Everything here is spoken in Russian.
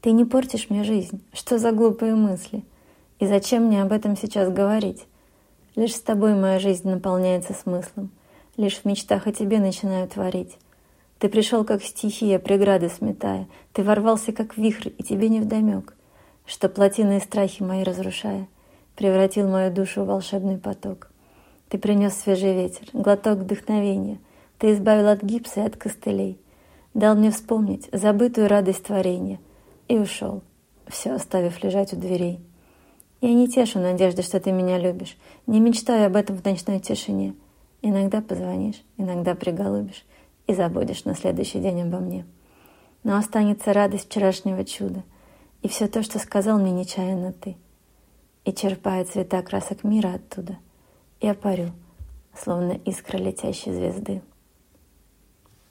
Ты не портишь мне жизнь. Что за глупые мысли? И зачем мне об этом сейчас говорить? Лишь с тобой моя жизнь наполняется смыслом. Лишь в мечтах о тебе начинаю творить. Ты пришел, как стихия, преграды сметая. Ты ворвался, как вихрь, и тебе невдомек, что плотины и страхи мои разрушая, превратил мою душу в волшебный поток. Ты принес свежий ветер, глоток вдохновения. Ты избавил от гипса и от костылей. Дал мне вспомнить забытую радость творения. И ушел, все оставив лежать у дверей. Я не тешу надежды, что ты меня любишь, не мечтаю об этом в ночной тишине. Иногда позвонишь, иногда приголубишь и забудешь на следующий день обо мне. Но останется радость вчерашнего чуда и все то, что сказал мне нечаянно ты. И черпая цвета красок мира оттуда, я парю, словно искра летящей звезды.